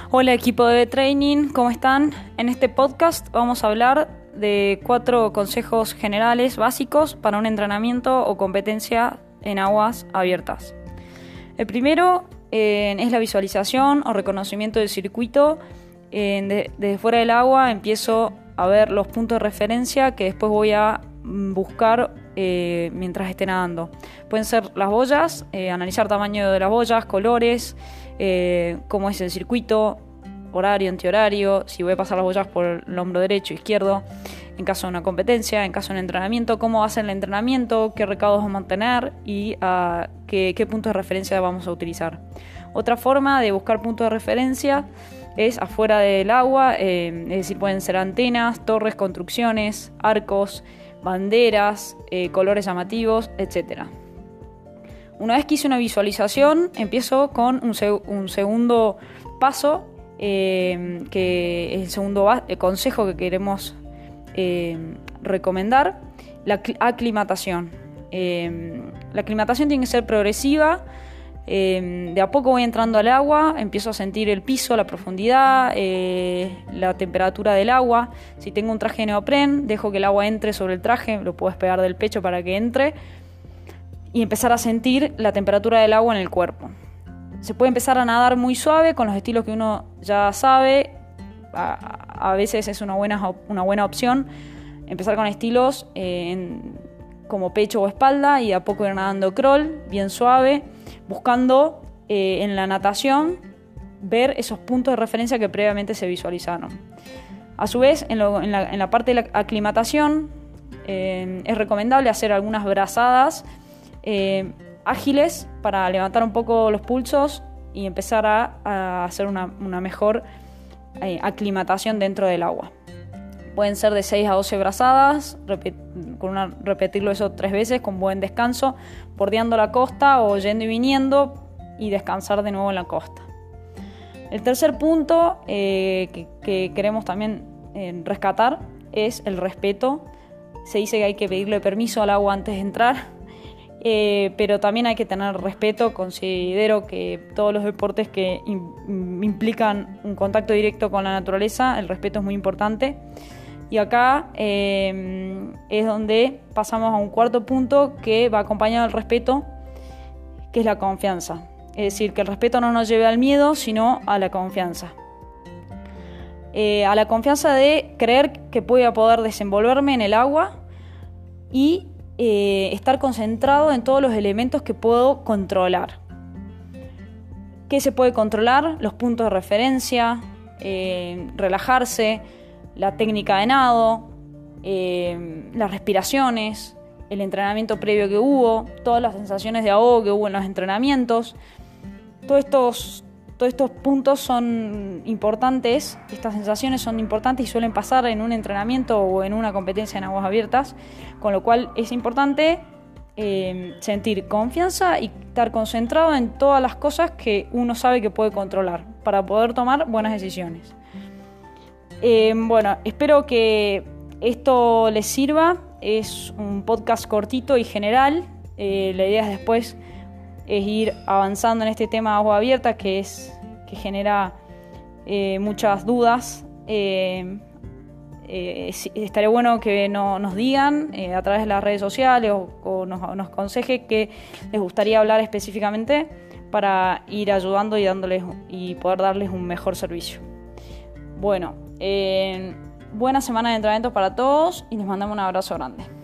Hola equipo de training, ¿cómo están? En este podcast vamos a hablar de 4 consejos generales básicos para un entrenamiento o competencia en aguas abiertas. El primero es la visualización o reconocimiento del circuito. Desde fuera del agua empiezo a ver los puntos de referencia que después voy a buscar mientras esté nadando. Pueden ser las boyas, analizar tamaño de las boyas, colores, cómo es el circuito, horario, antihorario, si voy a pasar las boyas por el hombro derecho, izquierdo, en caso de una competencia, en caso de un entrenamiento, cómo va a ser el entrenamiento, qué recaudos vamos a mantener y qué puntos de referencia vamos a utilizar. Otra forma de buscar puntos de referencia es afuera del agua, es decir, pueden ser antenas, torres, construcciones, arcos, banderas, colores llamativos, etc. Una vez que hice una visualización, empiezo con un segundo paso, que es el segundo consejo que queremos recomendar, la aclimatación. La aclimatación tiene que ser progresiva. De a poco voy entrando al agua, empiezo a sentir el piso, la profundidad, la temperatura del agua. Si tengo un traje de neopren, dejo que el agua entre sobre el traje, lo puedo despegar del pecho para que entre y empezar a sentir la temperatura del agua en el cuerpo. Se puede empezar a nadar muy suave con los estilos que uno ya sabe. A veces es una buena opción empezar con estilos como pecho o espalda y de a poco ir nadando crawl, bien suave, buscando en la natación ver esos puntos de referencia que previamente se visualizaron. A su vez, en la parte de la aclimatación, es recomendable hacer algunas brazadas ágiles para levantar un poco los pulsos y empezar a hacer una mejor aclimatación dentro del agua. Pueden ser de 6 a 12 brazadas, repetirlo eso 3 veces con buen descanso, bordeando la costa o yendo y viniendo y descansar de nuevo en la costa. El tercer punto que queremos también rescatar es el respeto. Se dice que hay que pedirle permiso al agua antes de entrar, pero también hay que tener respeto. Considero que todos los deportes que implican un contacto directo con la naturaleza, el respeto es muy importante. Y acá es donde pasamos a un cuarto punto que va acompañado del respeto, que es la confianza. Es decir, que el respeto no nos lleve al miedo, sino a la confianza. A la confianza de creer que voy a poder desenvolverme en el agua y estar concentrado en todos los elementos que puedo controlar. ¿Qué se puede controlar? Los puntos de referencia, relajarse, la técnica de nado, las respiraciones, el entrenamiento previo que hubo, todas las sensaciones de ahogo que hubo en los entrenamientos. Todos estos puntos son importantes, estas sensaciones son importantes y suelen pasar en un entrenamiento o en una competencia en aguas abiertas, con lo cual es importante sentir confianza y estar concentrado en todas las cosas que uno sabe que puede controlar para poder tomar buenas decisiones. Espero que esto les sirva. Es un podcast cortito y general. La idea es después ir avanzando en este tema de agua abierta que genera muchas dudas. Estaría bueno que nos digan a través de las redes sociales o nos aconseje qué les gustaría hablar específicamente para ir ayudando y poder darles un mejor servicio. Buena semana de entrenamientos para todos y les mandamos un abrazo grande.